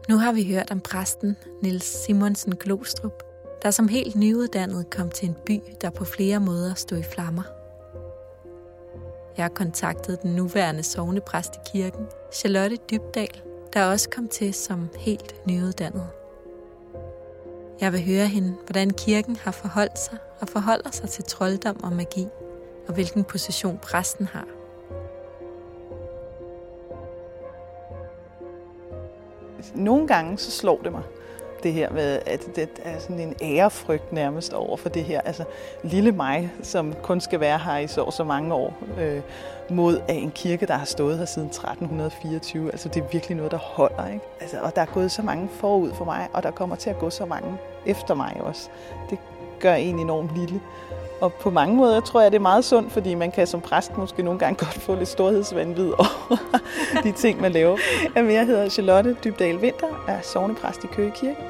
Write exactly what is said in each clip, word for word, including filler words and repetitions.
Nu har vi hørt om præsten Niels Simonsen Glostrup, der som helt nyuddannet kom til en by, der på flere måder stod i flammer. Jeg har kontaktet den nuværende sognepræst i kirken, Charlotte Dybdahl, der også kom til som helt nyuddannet. Jeg vil høre hende, hvordan kirken har forholdt sig og forholder sig til trolddom og magi, og hvilken position præsten har. Nogle gange så slår det mig, det her med, at det er sådan en ærefrygt nærmest over for det her. Altså lille mig, som kun skal være her i så så mange år, øh, mod af en kirke, der har stået her siden tretten fireogtyve. Altså det er virkelig noget, der holder, ikke? Altså, og der er gået så mange forud for mig, og der kommer til at gå så mange efter mig også. Det gør en enormt lille. Og på mange måder tror jeg, det er meget sundt, fordi man kan som præst måske nogle gange godt få lidt storhedsvanvid over de ting, man laver. Jamen, jeg hedder Charlotte Dybdahl Winter, er sognepræst i Køge Kirke.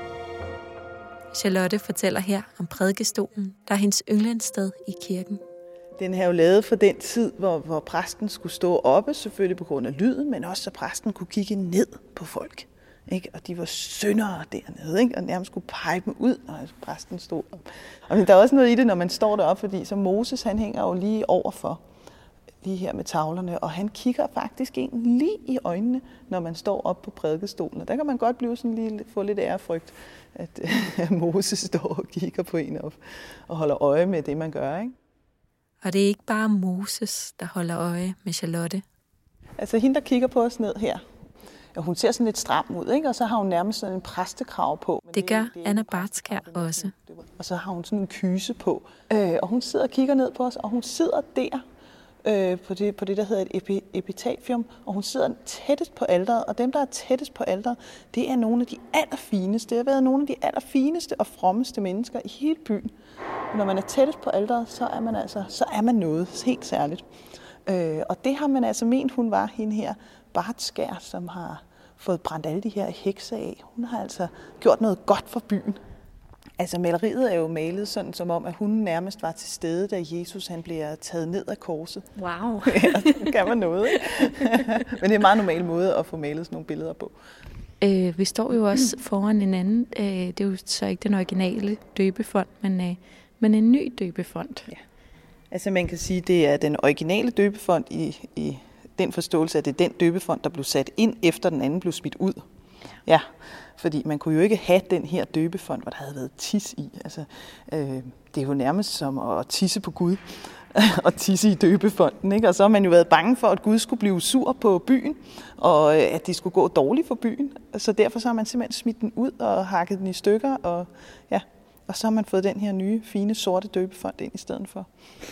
Charlotte fortæller her om prædikestolen, der er hendes yndlingssted i kirken. Den er jo lavet for den tid, hvor, hvor præsten skulle stå oppe, selvfølgelig på grund af lyden, men også så præsten kunne kigge ned på folk. Ikke? Og de var syndere dernede, ikke? Og nærmest skulle pege dem ud, når præsten stod op. Og der er også noget i det, når man står deroppe, fordi så Moses, han hænger jo lige overfor, lige her med tavlerne, og han kigger faktisk en lige i øjnene, når man står op på prædikestolen. Og der kan man godt blive sådan lige, få lidt ærefrygt, at, at Moses står og kigger på en op og holder øje med det, man gør, ikke? Og det er ikke bare Moses, der holder øje med Charlotte. Altså hende, der kigger på os ned her, ja, hun ser sådan lidt stram ud, ikke? Og så har hun nærmest sådan en præstekrav på. Det gør Anna Bartskær også. Og så har hun sådan en kyse på. Øh, og hun sidder og kigger ned på os, og hun sidder der øh, på, det, på det, der hedder et epi, epitafium. Og hun sidder tættest på alteret, og dem, der er tættest på alteret, det er nogle af de allerfineste. Det har været nogle af de allerfineste og frommeste mennesker i hele byen. Og når man er tættest på alteret, så er man altså, så er man noget helt særligt. Øh, og det har man altså ment, hun var hende her, Bartskær, som har fået brændt alle de her hekse af. Hun har altså gjort noget godt for byen. Altså maleriet er jo malet sådan, som om, at hun nærmest var til stede, da Jesus han bliver taget ned af korset. Wow. Ja, det kan man noget, ikke? Men det er en meget normal måde at få malet sådan nogle billeder på. Øh, vi står jo også foran en anden, øh, det er jo så ikke den originale døbefond, men, øh, men en ny døbefond. Ja. Altså man kan sige, det er den originale døbefond i, i den forståelse, at det er den døbefond, der blev sat ind, efter den anden blev smidt ud. Ja, fordi man kunne jo ikke have den her døbefond, hvor der havde været tis i. Altså, øh, det er jo nærmest som at tisse på Gud og tisse i døbefonden, ikke? Og så har man jo været bange for, at Gud skulle blive sur på byen, og at de skulle gå dårligt for byen. Så derfor så har man simpelthen smidt den ud og hakket den i stykker, og ja, og så har man fået den her nye, fine, sorte døbefond ind i stedet for.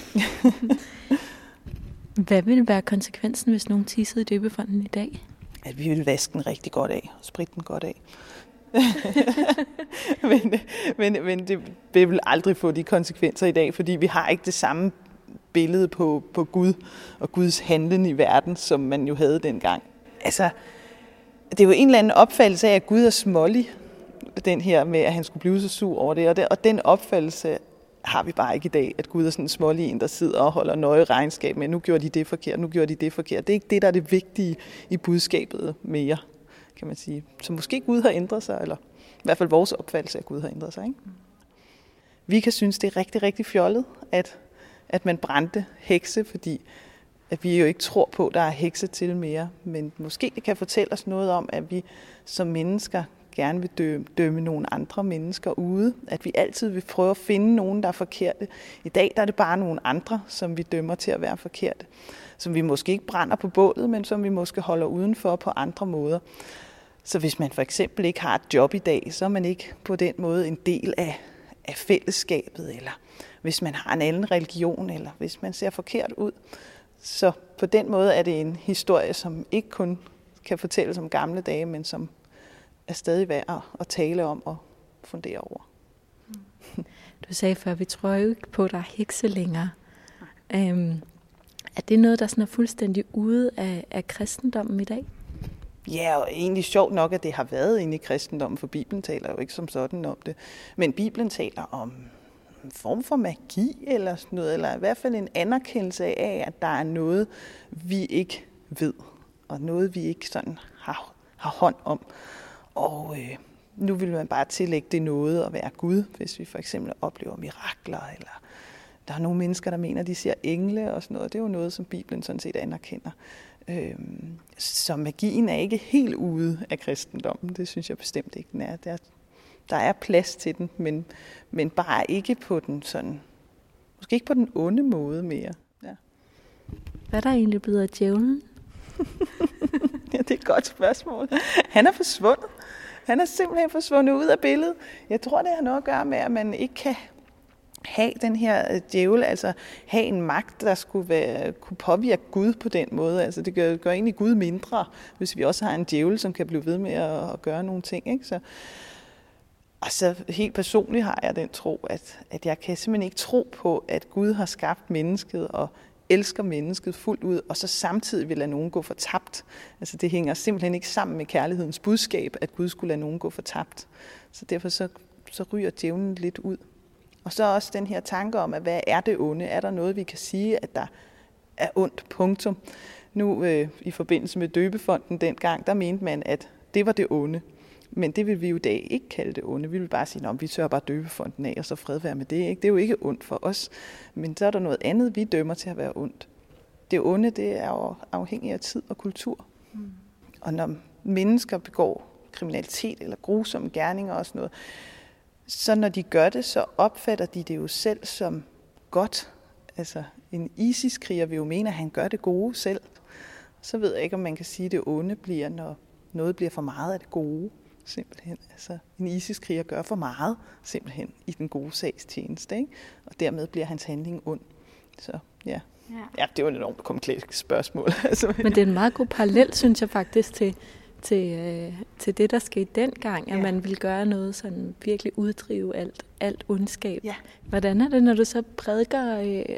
Hvad ville være konsekvensen, hvis nogen tissede i døbefonden i dag? At vi ville vaske den rigtig godt af, og spritte den godt af. men men, men det, det vil aldrig få de konsekvenser i dag, fordi vi har ikke det samme billede på, på Gud og Guds handlen i verden, som man jo havde dengang. Altså, det er jo en eller anden opfattelse af, at Gud er smålig, den her med, at han skulle blive så sur over det, og, det, og den opfattelse har vi bare ikke i dag, at Gud er sådan en smålig en, der sidder og holder nøje regnskab med, nu gjorde de det forkert, nu gjorde de det forkert. Det er ikke det, der er det vigtige i budskabet mere, kan man sige. Så måske Gud har ændret sig, eller i hvert fald vores opfattelse af, at Gud har ændret sig, ikke? Vi kan synes, det er rigtig, rigtig fjollet, at, at man brændte hekse, fordi at vi jo ikke tror på, at der er hekse til mere. Men måske det kan fortælle os noget om, at vi som mennesker gerne vil dømme, dømme nogle andre mennesker ude. At vi altid vil prøve at finde nogen, der er forkerte. I dag der er det bare nogle andre, som vi dømmer til at være forkerte. Som vi måske ikke brænder på bålet, men som vi måske holder udenfor på andre måder. Så hvis man for eksempel ikke har et job i dag, så er man ikke på den måde en del af, af fællesskabet. Eller hvis man har en anden religion, eller hvis man ser forkert ud. Så på den måde er det en historie, som ikke kun kan fortælles om gamle dage, men som er stadig værd at tale om og fundere over. Du sagde før, vi tror jo ikke på, at der er hekse længere. Øhm, er det noget, der sådan er fuldstændig ude af, af kristendommen i dag? Ja, og egentlig sjovt nok, at det har været inde i kristendommen, for Bibelen taler jo ikke som sådan om det. Men Bibelen taler om en form for magi eller sådan noget, eller i hvert fald en anerkendelse af, at der er noget, vi ikke ved, og noget, vi ikke sådan har, har hånd om. Og øh, nu vil man bare tillægge det noget at være Gud, hvis vi for eksempel oplever mirakler, eller der er nogle mennesker, der mener, de ser engle og sådan noget. Det er jo noget, som Bibelen sådan set anerkender. Øhm, så magien er ikke helt ude af kristendommen. Det synes jeg bestemt ikke, den er. Der, der er plads til den, men, men bare ikke på den sådan, måske ikke på den onde måde mere. Ja. Hvad er der egentlig blevet af djævlen? Ja, det er et godt spørgsmål. Han er forsvundet. Han er simpelthen forsvundet ud af billedet. Jeg tror, det har noget at gøre med, at man ikke kan have den her djævel, altså have en magt, der skulle være, kunne påvirke Gud på den måde. Altså det gør, gør egentlig Gud mindre, hvis vi også har en djævel, som kan blive ved med at, at gøre nogle ting. Ikke? Så, og så helt personligt har jeg den tro, at, at jeg kan simpelthen ikke tro på, at Gud har skabt mennesket og elsker mennesket fuldt ud, og så samtidig vil lade nogen gå fortabt. Altså det hænger simpelthen ikke sammen med kærlighedens budskab, at Gud skulle lade nogen gå fortabt. Så derfor så, så ryger djævlen lidt ud. Og så også den her tanke om, at hvad er det onde? Er der noget, vi kan sige, at der er ondt, punktum? Nu øh, i forbindelse med døbefonden dengang, der mente man, at det var det onde. Men det vil vi jo i dag ikke kalde det onde. Vi vil bare sige, at vi tør bare døbefonden af, og så fred være med det. Ikke? Det er jo ikke ondt for os. Men så er der noget andet, vi dømmer til at være ondt. Det onde, det er jo afhængigt af tid og kultur. Mm. Og når mennesker begår kriminalitet eller grusomme gerninger og sådan noget, så når de gør det, så opfatter de det jo selv som godt. Altså en ISIS-kriger vil jo mene, at han gør det gode selv. Så ved jeg ikke, om man kan sige, at det onde bliver, når noget bliver for meget af det gode. Simpelthen. Altså en ISIS-kriger gør for meget simpelthen i den gode sags tjeneste, ikke? Og dermed bliver hans handling ond. Så ja. Ja, ja det er jo et enormt komplekst spørgsmål. Altså, men det er en meget god parallel, synes jeg faktisk, til Til, øh, til det, der skete dengang, at ja. man ville gøre noget sådan, virkelig uddrive alt, alt ondskab. Ja. Hvordan er det, når du så prædiker øh,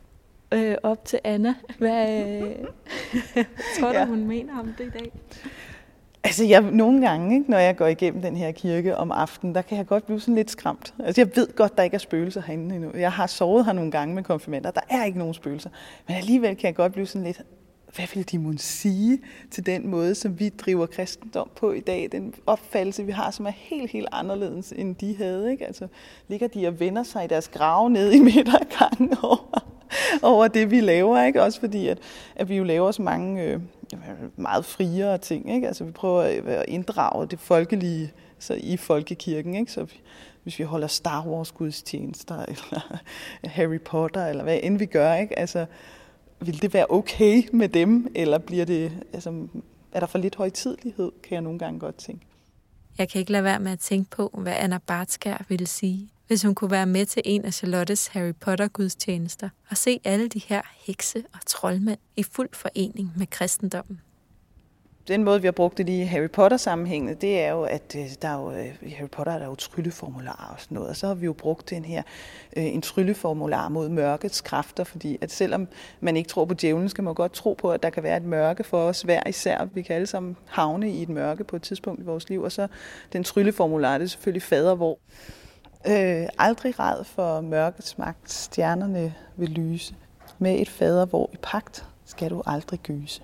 øh, op til Anna? Hvad øh, tror du, ja. hun mener om det i dag? Altså, jeg, nogle gange, ikke, når jeg går igennem den her kirke om aftenen, der kan jeg godt blive sådan lidt skræmt. Altså, jeg ved godt, der ikke er spøgelser herinde endnu. Jeg har sovet her nogle gange med konfirmander. Der er ikke nogen spøgelser. Men alligevel kan jeg godt blive sådan lidt, hvad vil de må sige til den måde, som vi driver kristendom på i dag? Den opfattelse, vi har, som er helt, helt anderledes, end de havde. Ikke? Altså, ligger de og vender sig i deres grave ned i midtergangen over, over det, vi laver. Ikke? Også fordi, at, at vi jo laver så mange øh, meget friere ting. Ikke? Altså, vi prøver at inddrage det folkelige så i folkekirken. Ikke? Så vi, hvis vi holder Star Wars gudstjenester, eller Harry Potter, eller hvad end vi gør, ikke? Altså, vil det være okay med dem, eller bliver det, altså, er der for lidt højtidelighed, kan jeg nogle gange godt tænke. Jeg kan ikke lade være med at tænke på, hvad Anna Bartskær ville sige, hvis hun kunne være med til en af Charlottes Harry Potter-gudstjenester og se alle de her hekse og troldmænd i fuld forening med kristendommen. Den måde, vi har brugt det i Harry Potter-sammenhænget, det er jo, at der er jo, i Harry Potter er der jo trylleformularer og sådan noget, og så har vi jo brugt den her, en trylleformular mod mørkets kræfter, fordi at selvom man ikke tror på djævlen, skal man godt tro på, at der kan være et mørke for os hver især. Vi kan alle sammen havne i et mørke på et tidspunkt i vores liv, og så den trylleformular, det er selvfølgelig fadervor. Øh, aldrig ræd for mørkets magt, stjernerne vil lyse. Med et fadervor i pagt skal du aldrig gyse.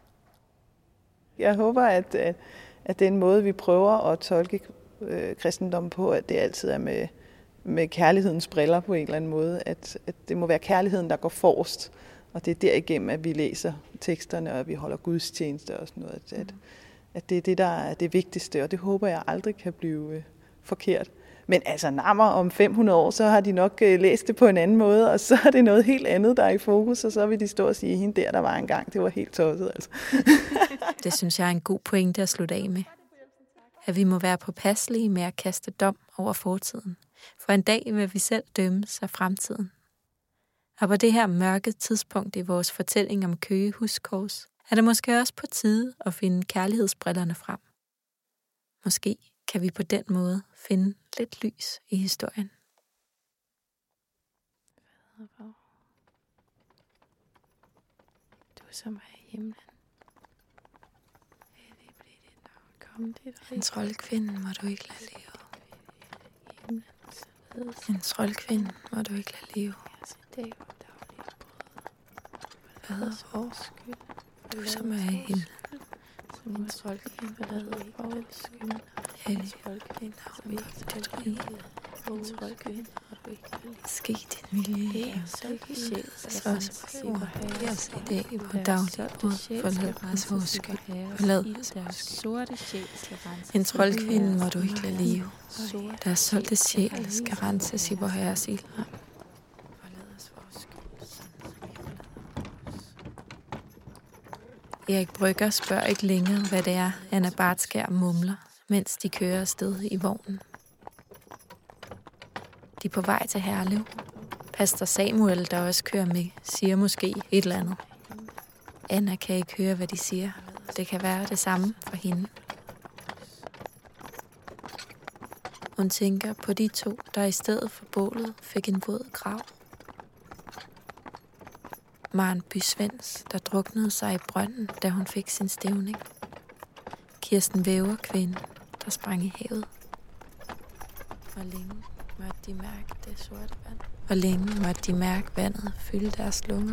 Jeg håber, at, at den måde, vi prøver at tolke øh, kristendommen på, at det altid er med, med kærlighedens briller på en eller anden måde. At, at det må være kærligheden, der går forrest. Og det er derigennem, at vi læser teksterne, og at vi holder gudstjeneste og sådan noget. At, at, at det er det, der er det vigtigste, og det håber jeg aldrig kan blive øh, forkert. Men altså nammer om fem hundrede år, så har de nok øh, læst det på en anden måde, og så er det noget helt andet, der er i fokus, og så vil de stå og sige, hende der, der var engang, det var helt tosset. Altså. Det synes jeg er en god pointe at slutte af med. At vi må være påpasselige med at kaste dom over fortiden, for en dag vil vi selv dømmes af fremtiden. Og på det her mørke tidspunkt i vores fortælling om Køge Huskors, er det måske også på tide at finde kærlighedsbrillerne frem. Måske kan vi på den måde finde lidt lys i historien. Du som er i himlen. En troldkvinde må du ikke lade leve. En troldkvinde må du ikke lade leve. Fader vores skyld. Du som er i himlen. En troldkvinde må du ikke lade leve. hellige, ske din vilje, så også på jord, giv os i dag på daglig brød, forlad os vores skyld, forlad os vores skyld. En troldkvinde må du ikke lade leve, deres solgte sjæl skal renses i vor herres ild. Erik Brygger spørger ikke længere, hvad det er, Anna Bartskær mumler, mens de kører afsted i vognen. De er på vej til Herlev. Pastor Samuel, der også kører med, siger måske et eller andet. Anna kan ikke høre, hvad de siger. Det kan være det samme for hende. Hun tænker på de to, der i stedet for bålet fik en våd grav. Maren Bysvens, der druknede sig i brønden, da hun fik sin stævning. Kirsten Væver kvinde, der sprang i havet. Hvor længe måtte de mærke det sorte vand? Hvor længe måtte de mærke vandet fylde deres lunger?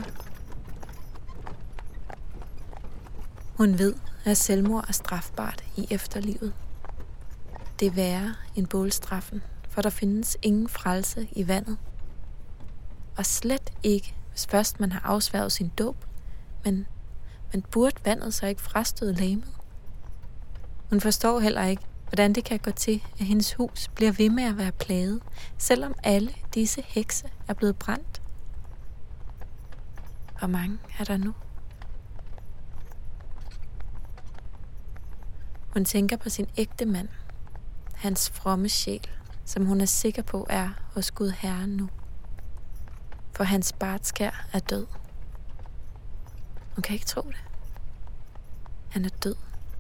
Hun ved, at selvmord er strafbart i efterlivet. Det er værre end bålstraffen, for der findes ingen frelse i vandet. Og slet ikke, hvis først man har afsværget sin dåb, men, men burde vandet så ikke frastøde legemet? Hun forstår heller ikke, hvordan det kan gå til, at hendes hus bliver ved med at være plaget, selvom alle disse hekse er blevet brændt. Hvor mange er der nu? Hun tænker på sin ægte mand, hans fromme sjæl, som hun er sikker på er hos Gud Herren nu. For Hans Bartskær er død. Hun kan ikke tro det. Han er død.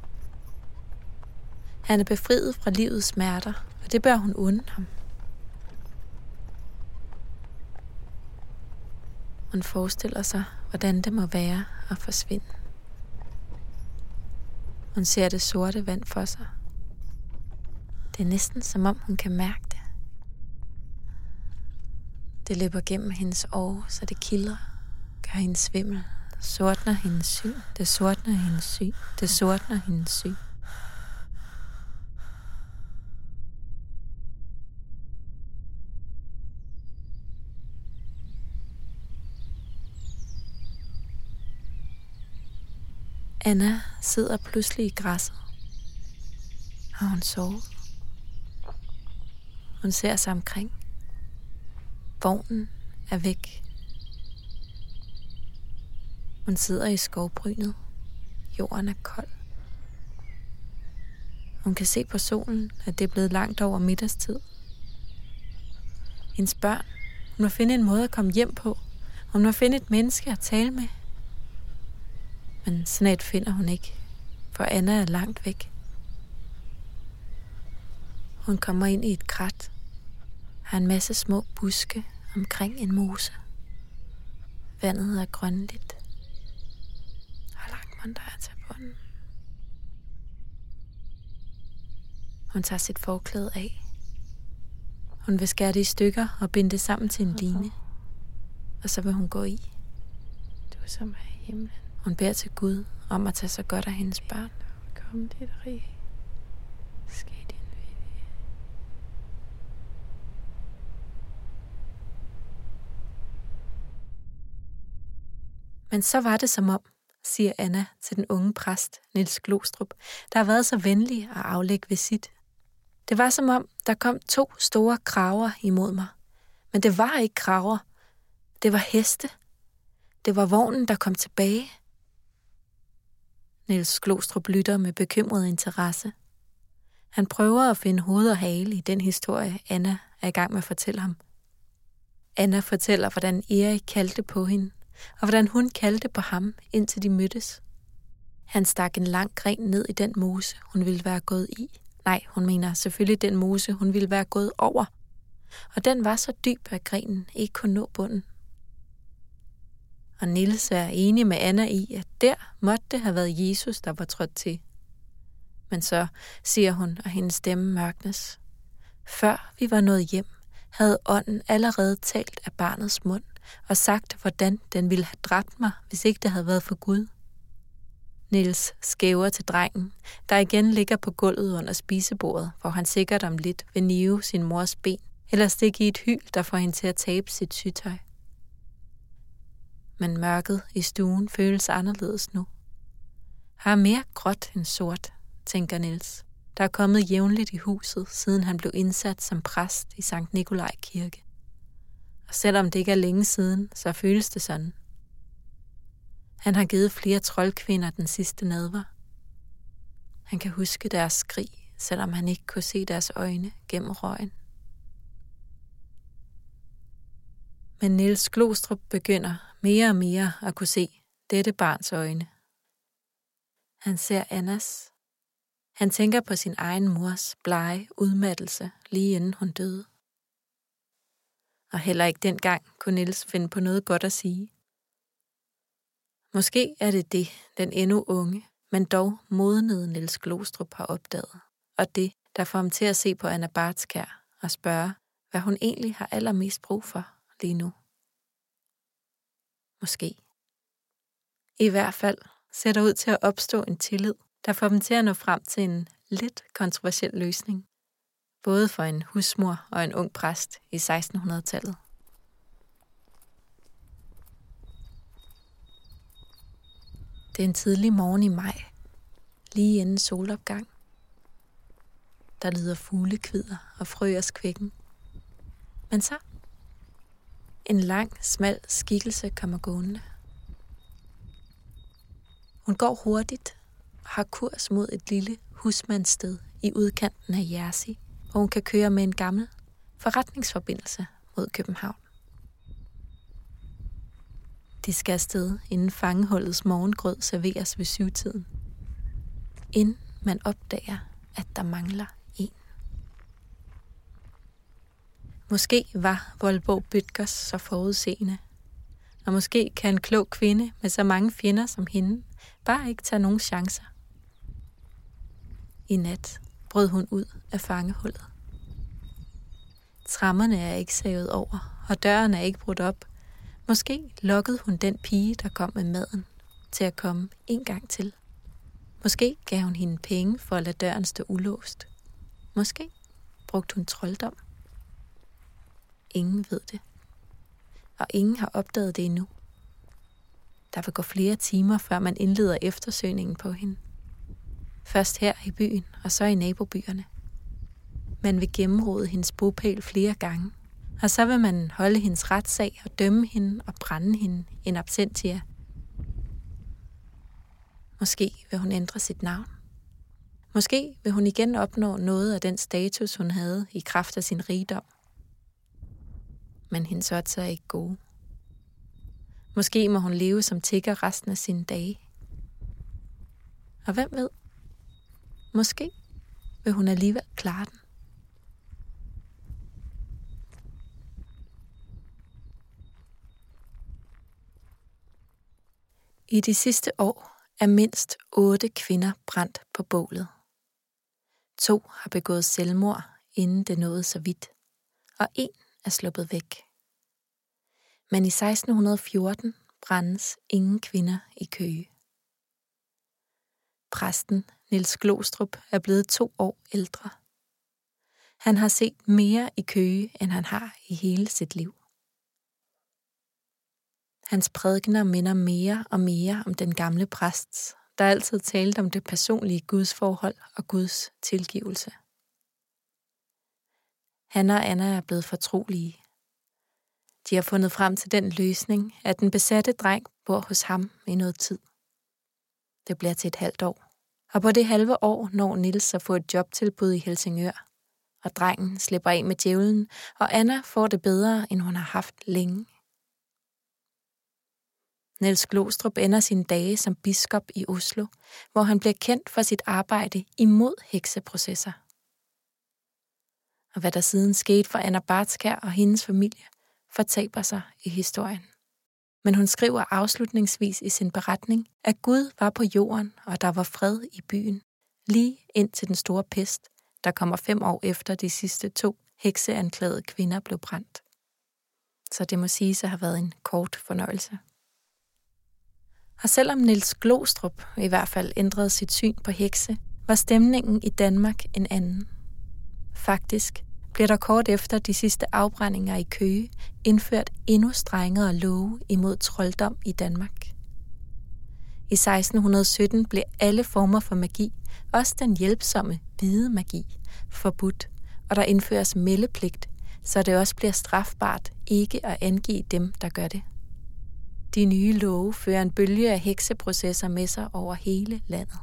Han er befriet fra livets smerter, og det bør hun unde ham. Hun forestiller sig, hvordan det må være at forsvinde. Hun ser det sorte vand for sig. Det er næsten som om hun kan mærke det. Det løber gennem hendes år, så det kilder, gør hende svimmel, sortner hendes syn, det sortner hendes syn, det sortner hendes syn. Anna sidder pludselig i græsset. Har hun sovet? Hun ser sig omkring. Vognen er væk. Hun sidder i skovbrynet. Jorden er kold. Hun kan se på solen, at det er blevet langt over middagstid. Hendes børn. Hun må finde en måde at komme hjem på. Hun må finde et menneske at tale med. Men sådan et finder hun ikke, for Anna er langt væk. Hun kommer ind i et krat. Har en masse små buske omkring en mose. Vandet er grønligt. Hvor langt mon der er til bunden. Hun tager sit forklæde af. Hun vil skære det i stykker og binde det sammen til en line. Og så vil hun gå i. Du som er i himlen. Hun beder til Gud om at tage sig godt af hendes børn. Kom dit rige. Ske din vilje. Men så var det som om, siger Anna til den unge præst, Niels Glostrup, der har været så venlig at aflægge visit. Det var som om, der kom to store kraver imod mig. Men det var ikke kraver. Det var heste. Det var vognen, der kom tilbage. Niels Glostrup lytter med bekymret interesse. Han prøver at finde hoved og hale i den historie, Anna er i gang med at fortælle ham. Anna fortæller, hvordan Erik kaldte på hende, og hvordan hun kaldte på ham, indtil de mødtes. Han stak en lang gren ned i den mose, hun ville være gået i. Nej, hun mener selvfølgelig den mose, hun ville være gået over. Og den var så dyb, at grenen ikke kunne nå bunden. Og Niels er enig med Anna i, at der måtte det have været Jesus, der var trådt til. Men så, siger hun, og hendes stemme mørknes. Før vi var nået hjem, havde ånden allerede talt af barnets mund og sagt, hvordan den ville have dræbt mig, hvis ikke det havde været for Gud. Niels skæver til drengen, der igen ligger på gulvet under spisebordet, hvor han sikkert om lidt vil nive sin mors ben, eller stikke i et hyl, der får hende til at tabe sit sygtøj. Men mørket i stuen føles anderledes nu. Her er mere gråt end sort, tænker Niels, der er kommet jævnligt i huset, siden han blev indsat som præst i Sankt Nikolaj Kirke. Og selvom det ikke er længe siden, så føles det sådan. Han har givet flere troldkvinder den sidste nadver. Han kan huske deres skrig, selvom han ikke kunne se deres øjne gennem røgen. Men Niels Glostrup begynder mere og mere at kunne se dette barns øjne. Han ser Annas. Han tænker på sin egen mors blege udmattelse, lige inden hun døde. Og heller ikke dengang kunne Niels finde på noget godt at sige. Måske er det det, den endnu unge, men dog modnede Niels Glostrup har opdaget, og det, der får ham til at se på Anna Bartskær og spørge, hvad hun egentlig har allermest brug for lige nu. Måske. I hvert fald ser der ud til at opstå en tillid, der får dem til at nå frem til en lidt kontroversiel løsning, både for en husmor og en ung præst i sekstenhundredetallet. Det er en tidlig morgen i maj, lige inden solopgang. Der lyder fuglekvider og frøers kvækken. Men så en lang, smal skikkelse kommer gående. Hun går hurtigt og har kurs mod et lille husmandssted i udkanten af Jersey, hvor hun kan køre med en gammel forretningsforbindelse mod København. De skal afsted, inden fangehullets morgengrød serveres ved syvtiden. Inden man opdager, at der mangler en. Måske var Voldborg Bødkers så forudseende. Og måske kan en klog kvinde med så mange fjender som hende bare ikke tage nogen chancer. I nat brød hun ud af fangehullet. Trammerne er ikke savet over, og døren er ikke brudt op. Måske lokkede hun den pige, der kom med maden, til at komme en gang til. Måske gav hun hende penge for at lade døren stå ulåst. Måske brugte hun trolddom. Ingen ved det. Og ingen har opdaget det endnu. Der vil gå flere timer, før man indleder eftersøgningen på hende. Først her i byen, og så i nabobyerne. Man vil gennemrode hendes bopæl flere gange, og så vil man holde hendes retssag og dømme hende og brænde hende in absentia. Måske vil hun ændre sit navn. Måske vil hun igen opnå noget af den status, hun havde i kraft af sin rigdom. Men hendes odds er ikke gode. Måske må hun leve som tigger resten af sine dage. Og hvem ved? Måske vil hun alligevel klare den. I de sidste år er mindst otte kvinder brændt på bålet. To har begået selvmord, inden det nåede så vidt, og en er sluppet væk. Men i seksten fjorten brændes ingen kvinder i Køge. Præsten Niels Glostrup er blevet to år ældre. Han har set mere i Køge, end han har i hele sit liv. Hans prædikener minder mere og mere om den gamle præsts, der altid talte om det personlige gudsforhold og Guds tilgivelse. Han og Anna er blevet fortrolige. De har fundet frem til den løsning, at den besatte dreng bor hos ham i noget tid. Det bliver til et halvt år. Og på det halve år når Niels at få et jobtilbud i Helsingør. Og drengen slipper af med djævlen, og Anna får det bedre, end hun har haft længe. Niels Glostrup ender sine dage som biskop i Oslo, hvor han bliver kendt for sit arbejde imod hekseprocesser. Og hvad der siden skete for Anna Bartskær og hendes familie, fortaber sig i historien. Men hun skriver afslutningsvis i sin beretning, at Gud var på jorden, og der var fred i byen, lige ind til den store pest, der kommer fem år efter de sidste to hekseanklagede kvinder blev brændt. Så det må siges at have været en kort fornøjelse. Og selvom Niels Glostrup i hvert fald ændrede sit syn på hekse, var stemningen i Danmark en anden. Faktisk blev der kort efter de sidste afbrændinger i Køge indført endnu strengere love imod trolddom i Danmark. I seksten sytten blev alle former for magi, også den hjælpsomme hvide magi, forbudt, og der indføres meldepligt, så det også bliver strafbart ikke at angive dem, der gør det. De nye love fører en bølge af hekseprocesser med sig over hele landet.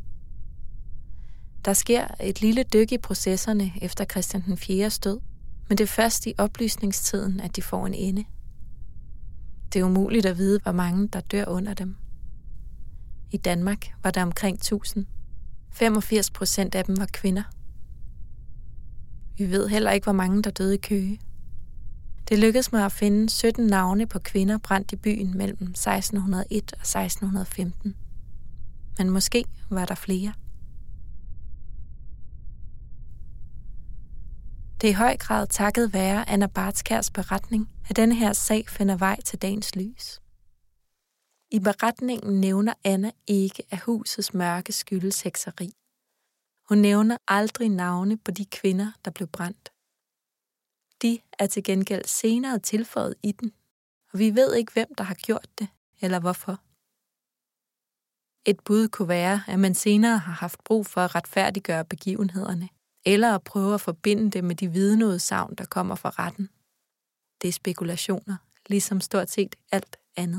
Der sker et lille dyk i processerne efter Christian den fjerdes død, men det er først i oplysningstiden, at de får en ende. Det er umuligt at vide, hvor mange der dør under dem. I Danmark var der omkring tusind. femogfirs procent af dem var kvinder. Vi ved heller ikke, hvor mange der døde i Køge. Det lykkedes mig at finde sytten navne på kvinder brændt i byen mellem seksten hundrede og en og seksten hundrede og femten. Men måske var der flere. Det er i høj grad takket være Anna Bartskjærs beretning, at denne her sag finder vej til dagens lys. I beretningen nævner Anna ikke, at husets mørke skyldes hekseri. Hun nævner aldrig navne på de kvinder, der blev brændt. De er til gengæld senere tilføjet i den, og vi ved ikke, hvem der har gjort det, eller hvorfor. Et bud kunne være, at man senere har haft brug for at retfærdiggøre begivenhederne, eller at prøve at forbinde det med de vidneudsagn, der kommer fra retten. Det er spekulationer, ligesom stort set alt andet.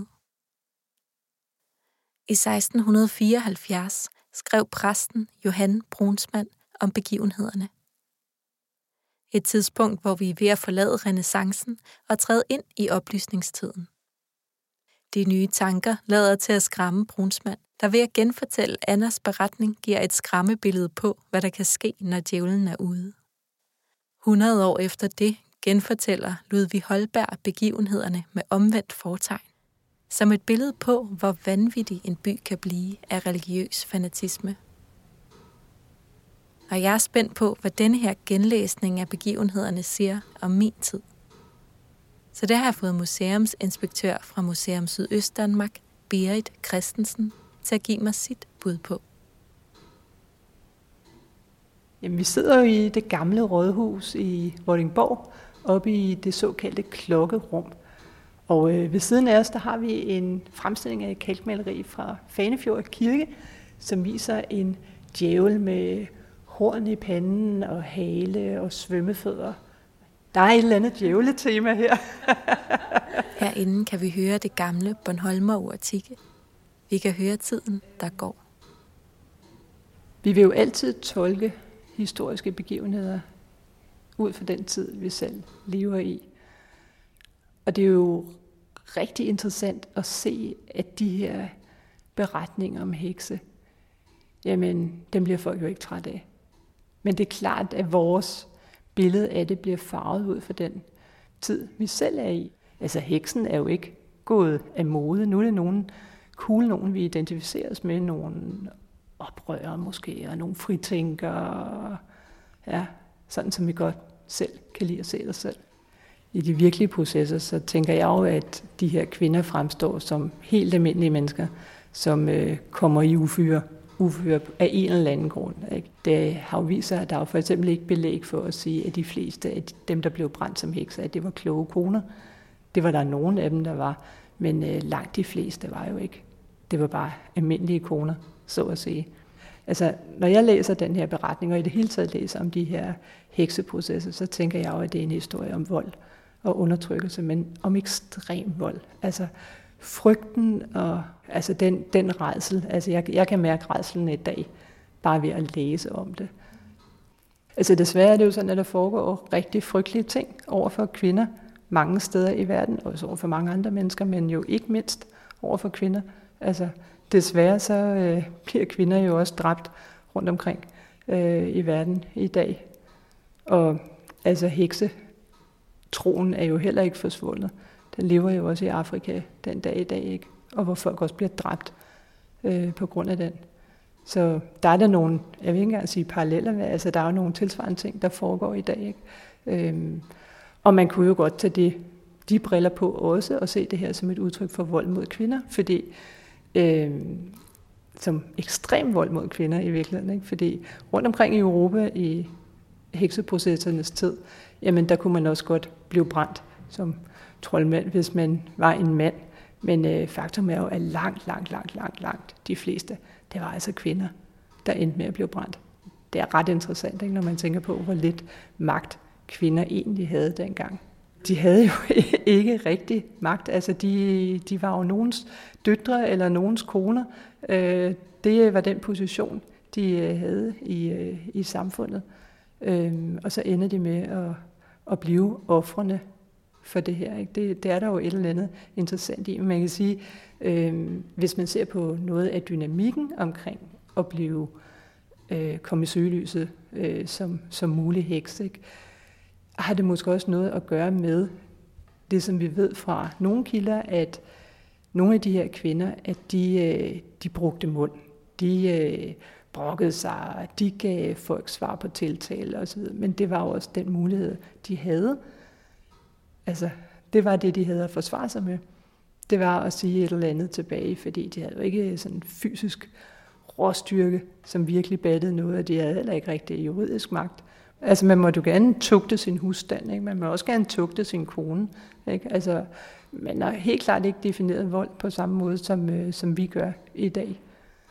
I seksten fireoghalvfjerds skrev præsten Johan Brunsmand om begivenhederne. Et tidspunkt, hvor vi er ved at forlade renæssancen og træde ind i oplysningstiden. De nye tanker lader til at skræmme Brunsmand, der ved at genfortælle Annas beretning giver et skræmmebillede på, hvad der kan ske, når djævlen er ude. hundrede år efter det genfortæller Ludvig Holberg begivenhederne med omvendt fortegn, som et billede på, hvor vanvittig en by kan blive af religiøs fanatisme. Og jeg er spændt på, hvad denne her genlæsning af begivenhederne siger om min tid. Så det har jeg fået museumsinspektør fra Museum Sydøstdanmark, Berit Christensen, til at give mig sit bud på. Jamen, vi sidder jo i det gamle rådhus i Vordingborg, oppe i det såkaldte klokkerum. Og øh, ved siden af os, der har vi en fremstilling af et kalkmaleri fra Fanefjord Kirke, som viser en djævel med horn i panden og hale og svømmefødder. Der er et eller andet djævletema her. Herinde kan vi høre det gamle Bornholmer-ur tikke. Vi kan høre tiden, der går. Vi vil jo altid tolke historiske begivenheder ud fra den tid, vi selv lever i. Og det er jo rigtig interessant at se, at de her beretninger om hekse, jamen, dem bliver folk jo ikke træt af. Men det er klart, at vores billede af det bliver farvet ud fra den tid, vi selv er i. Altså, heksen er jo ikke gået af mode. Nu er det nogen cool, nogen vi identificerer os med, nogle oprørere måske, og nogle fritænkere, ja, sådan som vi godt selv kan lide at se os selv. I de virkelige processer, så tænker jeg jo, at de her kvinder fremstår som helt almindelige mennesker, som øh, kommer i uføre, uføre af en eller anden grund. Ikke? Det har jo vist sig, at der er jo for eksempel ikke belæg for at sige, at de fleste af dem, der blev brændt som hekser, at det var kloge koner. Det var der nogen af dem, der var, men øh, langt de fleste var jo ikke. Det var bare almindelige koner, så at sige. Altså, når jeg læser den her beretning, og i det hele taget læser om de her hekseprocesser, så tænker jeg jo, at det er en historie om vold og undertrykkelse, men om ekstrem vold. Altså frygten og altså den, den rædsel. Altså jeg, jeg kan mærke rædslen i dag, bare ved at læse om det. Altså desværre er det jo sådan, at der foregår rigtig frygtelige ting over for kvinder mange steder i verden, og også over for mange andre mennesker, men jo ikke mindst over for kvinder. Altså desværre så øh, bliver kvinder jo også dræbt rundt omkring øh, i verden i dag. Og altså hekse troen er jo heller ikke forsvundet. Den lever jo også i Afrika den dag i dag, ikke? Og hvor folk også bliver dræbt øh, på grund af den. Så der er der nogle, jeg vil ikke engang sige paralleller med, altså der er jo nogle tilsvarende ting, der foregår i dag, ikke? Øhm, og man kunne jo godt tage det, de briller på også, og se det her som et udtryk for vold mod kvinder, fordi øh, som ekstrem vold mod kvinder i virkeligheden. Ikke? Fordi rundt omkring i Europa i hekseprocessernes tid, jamen der kunne man også godt blive brændt som troldmand, hvis man var en mand. Men øh, faktum er jo, at langt, langt, langt, langt, langt de fleste, det var altså kvinder, der endte med at blive brændt. Det er ret interessant, ikke, når man tænker på, hvor lidt magt kvinder egentlig havde dengang. De havde jo ikke rigtig magt. Altså, de, de var jo nogens døtre eller nogens koner. Øh, det var den position, de havde i, øh, i samfundet. Øh, og så ender de med at, at blive ofrene for det her. Ikke? Det, det er der jo et eller andet interessant i. Men man kan sige, øh, hvis man ser på noget af dynamikken omkring at blive øh, komme i søgelyset øh, som, som mulig heks, ikke? Har det måske også noget at gøre med det, som vi ved fra nogle kilder, at nogle af de her kvinder, at de, øh, de brugte mund. De øh, brokkede sig, de gav folk svar på tiltale osv. Men det var jo også den mulighed, de havde. Altså, det var det, de havde at forsvare sig med. Det var at sige et eller andet tilbage, fordi de havde jo ikke sådan fysisk råstyrke, som virkelig battede noget, og de havde heller ikke rigtig juridisk magt. Altså, man må jo gerne tugte sin husstand, ikke? Man må også gerne tugte sin kone, ikke? Altså, man har helt klart ikke defineret vold på samme måde, som, øh, som vi gør i dag.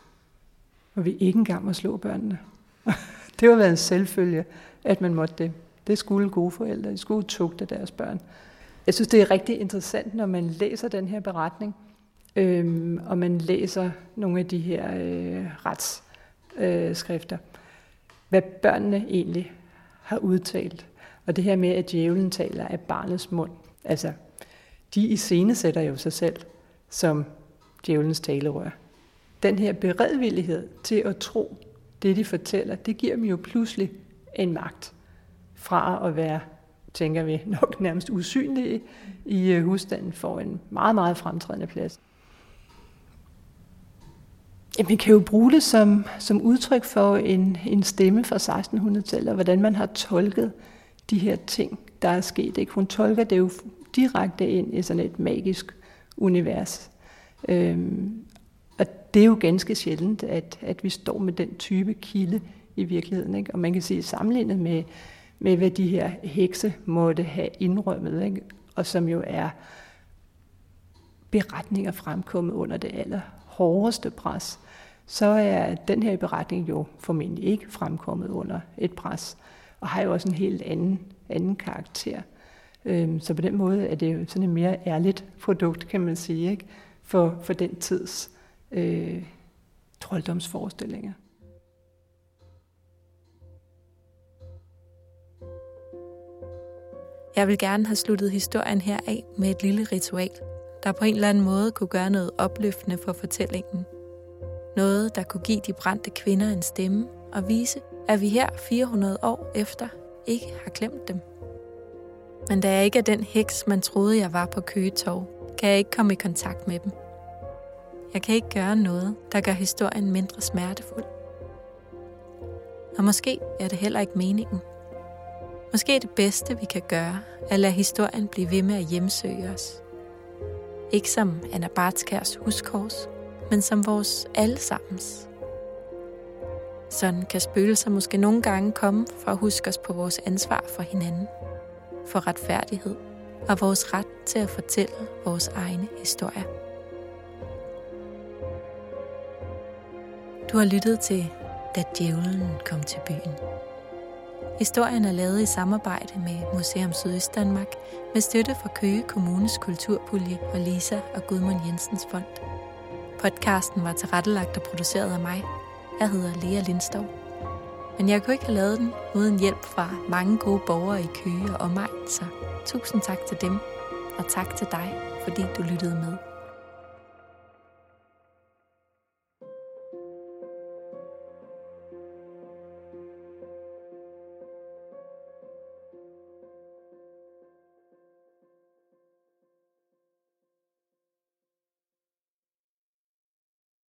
Og vi ikke engang må slå børnene. Det har været en selvfølge, at man måtte det. Det skulle gode forældre, de skulle tugte deres børn. Jeg synes, det er rigtig interessant, når man læser den her beretning, øhm, og man læser nogle af de her øh, retsskrifter, øh, hvad børnene egentlig har udtalt. Og det her med, at djævlen taler af barnets mund. Altså, de iscenesætter jo sig selv som djævelens talerør. Den her beredvillighed til at tro det, de fortæller, det giver dem jo pludselig en magt fra at være, tænker vi, nok nærmest usynlige i husstanden, for en meget, meget fremtrædende plads. Jamen, vi kan jo bruge det som, som udtryk for en, en stemme fra sekstenhundredetallet, og hvordan man har tolket de her ting, der er sket. Ikke? Hun tolker det jo direkte ind i sådan et magisk univers. Øhm, og det er jo ganske sjældent, at, at vi står med den type kilde i virkeligheden. Ikke? Og man kan sige, sammenlignet med, med, hvad de her hekse måtte have indrømmet, ikke? Og som jo er beretninger fremkommet under det allerhårdeste pres, så er den her beretning jo formentlig ikke fremkommet under et pres, og har jo også en helt anden, anden karakter. Øhm, så på den måde er det jo sådan et mere ærligt produkt, kan man sige, ikke? For, for den tids øh, trolddomsforestillinger. Jeg vil gerne have sluttet historien her af med et lille ritual, der på en eller anden måde kunne gøre noget opløftende for fortællingen. Noget, der kunne give de brændte kvinder en stemme og vise, at vi her fire hundrede år efter ikke har glemt dem. Men da jeg ikke er den heks, man troede, jeg var på Køge Torv, kan jeg ikke komme i kontakt med dem. Jeg kan ikke gøre noget, der gør historien mindre smertefuld. Og måske er det heller ikke meningen. Måske er det bedste, vi kan gøre, at lade historien blive ved med at hjemsøge os. Ikke som Anna Bartskærs huskors, men som vores allesammens. Sådan kan spøgelser måske nogle gange komme for at huske os på vores ansvar for hinanden, for retfærdighed og vores ret til at fortælle vores egne historier. Du har lyttet til Da djævlen kom til byen. Historien er lavet i samarbejde med Museum Sydøstdanmark med støtte fra Køge Kommunes kulturpulje og Lisa og Gudmund Jensens Fond. Podcasten var tilrettelagt og produceret af mig. Jeg hedder Lea Lindskov. Men jeg kunne ikke have lavet den uden hjælp fra mange gode borgere i Køge og omegn, så tusind tak til dem, og tak til dig, fordi du lyttede med.